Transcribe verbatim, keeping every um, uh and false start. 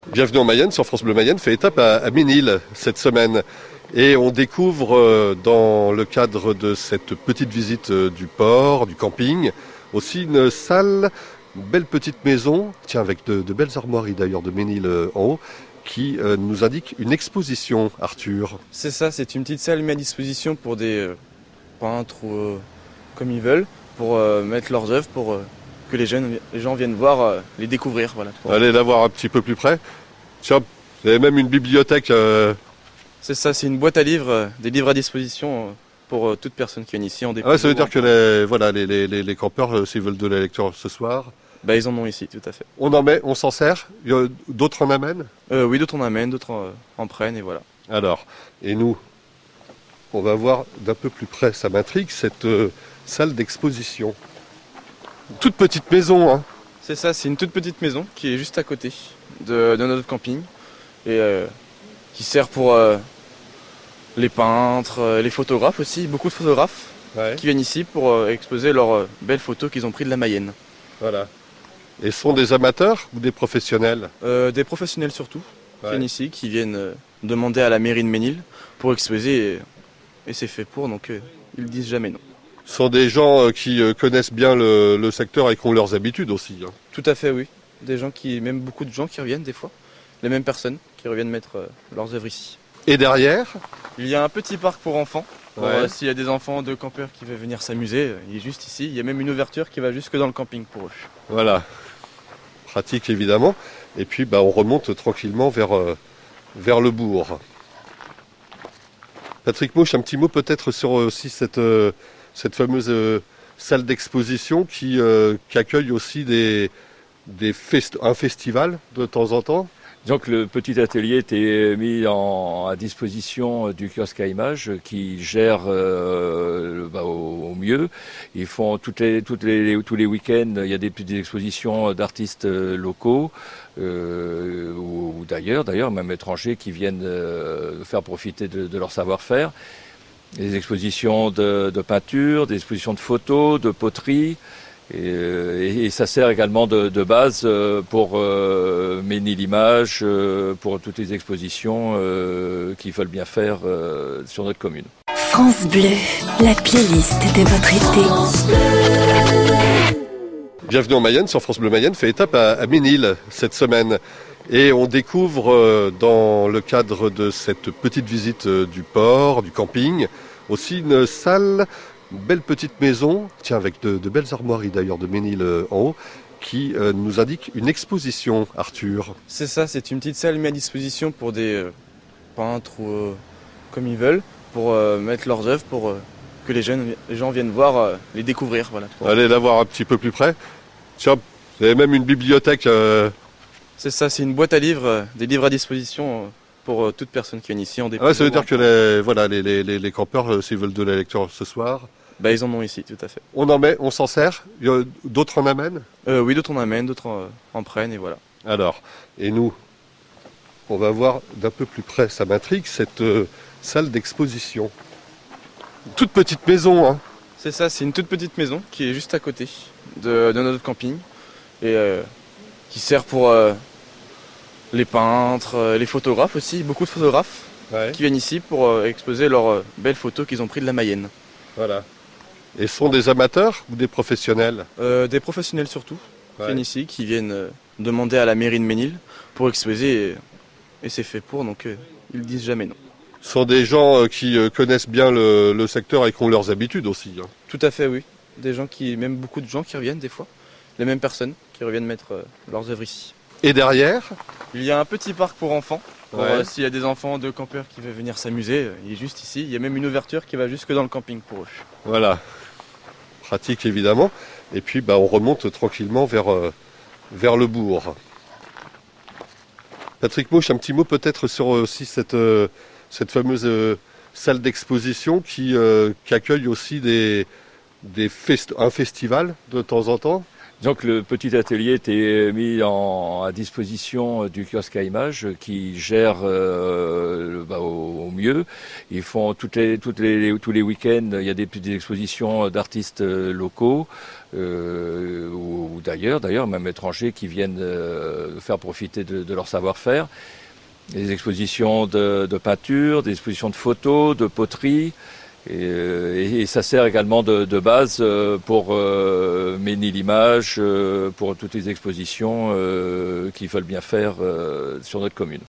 Bienvenue en Mayenne, sur France Bleu Mayenne fait étape à, à Ménil cette semaine. Et on découvre euh, dans le cadre de cette petite visite euh, du port, du camping, aussi une salle, une belle petite maison, tiens avec de, de belles armoiries d'ailleurs de Ménil euh, en haut, qui euh, nous indique une exposition, Arthur. C'est ça, c'est une petite salle mise à disposition pour des euh, peintres ou euh, comme ils veulent, pour euh, mettre leurs œuvres, pour euh, que les, jeunes, les gens viennent voir, euh, les découvrir. Voilà. Allez la voir un petit peu plus près. Tiens, vous avez même une bibliothèque. Euh... C'est ça, c'est une boîte à livres, euh, des livres à disposition euh, pour euh, toute personne qui vient ici en dépôt. Ah ouais, ça veut dire que les, voilà, les, les, les, les campeurs, euh, s'ils veulent de la lecture ce soir, bah, ils en ont ici, tout à fait. On en met, on s'en sert, d'autres en amènent euh, Oui, d'autres en amènent, d'autres en, en prennent et voilà. Alors, et nous, on va voir d'un peu plus près, ça m'intrigue, cette euh, salle d'exposition. Toute petite maison, hein. C'est ça, c'est une toute petite maison qui est juste à côté de, de notre camping et euh, qui sert pour euh, les peintres, euh, les photographes aussi, beaucoup de photographes ouais. qui viennent ici pour euh, exposer leurs euh, belles photos qu'ils ont prises de la Mayenne. Voilà. Et ce sont des amateurs ou des professionnels euh, Des professionnels surtout, ouais. qui viennent ici, qui viennent euh, demander à la mairie de Ménil pour exposer et, et c'est fait pour, donc euh, ils ne disent jamais non. Ce sont des gens euh, qui euh, connaissent bien le, le secteur et qui ont leurs habitudes aussi. Hein. Tout à fait, oui. Des gens qui, même beaucoup de gens qui reviennent des fois, les mêmes personnes qui reviennent mettre euh, leurs œuvres ici. Et derrière, il y a un petit parc pour enfants. Ouais. Euh, S'il y a des enfants de campeurs qui veulent venir s'amuser, il est juste ici. Il y a même une ouverture qui va jusque dans le camping pour eux. Voilà. Pratique évidemment. Et puis bah, on remonte tranquillement vers, euh, vers le bourg. Patrick Mouche, un petit mot peut-être sur aussi cette, euh, cette fameuse euh, salle d'exposition qui, euh, qui accueille aussi des, des fest- un festival de temps en temps. Donc le petit atelier était mis en, à disposition du kiosque à images qui gère euh, bah, au, au mieux. Ils font toutes les, toutes les, tous les week-ends, il y a des petites expositions d'artistes locaux euh, ou, ou d'ailleurs, d'ailleurs même étrangers qui viennent euh, faire profiter de, de leur savoir-faire. Des expositions de, de peinture, des expositions de photos, de poterie. Et, et, et ça sert également de, de base pour euh, Ménil Images, euh, pour toutes les expositions euh, qu'ils veulent bien faire euh, sur notre commune. France Bleu, la playlist de votre été. Bienvenue en Mayenne, sur France Bleu Mayenne fait étape à, à Ménil cette semaine. Et on découvre euh, dans le cadre de cette petite visite euh, du port, du camping, aussi une salle... Une belle petite maison, tiens avec de, de belles armoiries d'ailleurs de Ménil euh, en haut, qui euh, nous indique une exposition, Arthur. C'est ça, c'est une petite salle mise à disposition pour des euh, peintres ou euh, comme ils veulent, pour euh, mettre leurs œuvres, pour euh, que les, jeunes, les gens viennent voir, euh, les découvrir. Voilà. Allez la voir un petit peu plus près. Tiens, vous avez même une bibliothèque. Euh... C'est ça, c'est une boîte à livres, euh, des livres à disposition euh, pour euh, toute personne qui vient ici en dépôt. Ah ouais, ça veut dire que les, voilà, les, les, les campeurs, euh, s'ils veulent de la lecture ce soir, bah, ils en ont ici, tout à fait. On en met, on s'en sert, d'autres en amènent euh, Oui, d'autres en amènent, d'autres en, en prennent et voilà. Alors, et nous, on va voir d'un peu plus près, ça m'intrigue, cette euh, salle d'exposition. Toute petite maison, hein. C'est ça, c'est une toute petite maison qui est juste à côté de, de notre camping et euh, qui sert pour euh, les peintres, euh, les photographes aussi, beaucoup de photographes ouais. qui viennent ici pour euh, exposer leurs euh, belles photos qu'ils ont prises de la Mayenne. Voilà. Et ce sont des amateurs ou des professionnels euh, Des professionnels surtout, ouais. qui viennent ici, qui viennent euh, demander à la mairie de Ménil pour exposer et, et c'est fait pour, donc euh, ils ne disent jamais non. Ce sont des gens euh, qui euh, connaissent bien le, le secteur et qui ont leurs habitudes aussi. Hein. Tout à fait, oui. Des gens qui, même beaucoup de gens qui reviennent des fois, les mêmes personnes qui reviennent mettre euh, leurs œuvres ici. Et derrière, il y a un petit parc pour enfants. Ouais. Euh, S'il y a des enfants de campeurs qui veulent venir s'amuser, il est juste ici. Il y a même une ouverture qui va jusque dans le camping pour eux. Voilà. Pratique évidemment. Et puis bah, on remonte tranquillement vers, euh, vers le bourg. Patrick Mouche, un petit mot peut-être sur aussi cette, euh, cette fameuse euh, salle d'exposition qui, euh, qui accueille aussi des, des fest- un festival de temps en temps. Donc le petit atelier était mis en, à disposition du kiosque à images qui gère euh, bah, au, au mieux. Ils font toutes les, toutes les, tous les week-ends, il y a des petites expositions d'artistes locaux euh, ou, ou d'ailleurs, d'ailleurs même étrangers qui viennent euh, faire profiter de, de leur savoir-faire. Des expositions de, de peinture, des expositions de photos, de poterie. Et, et, et ça sert également de, de base pour euh, Ménil-Images, pour toutes les expositions euh, qu'ils veulent bien faire euh, sur notre commune.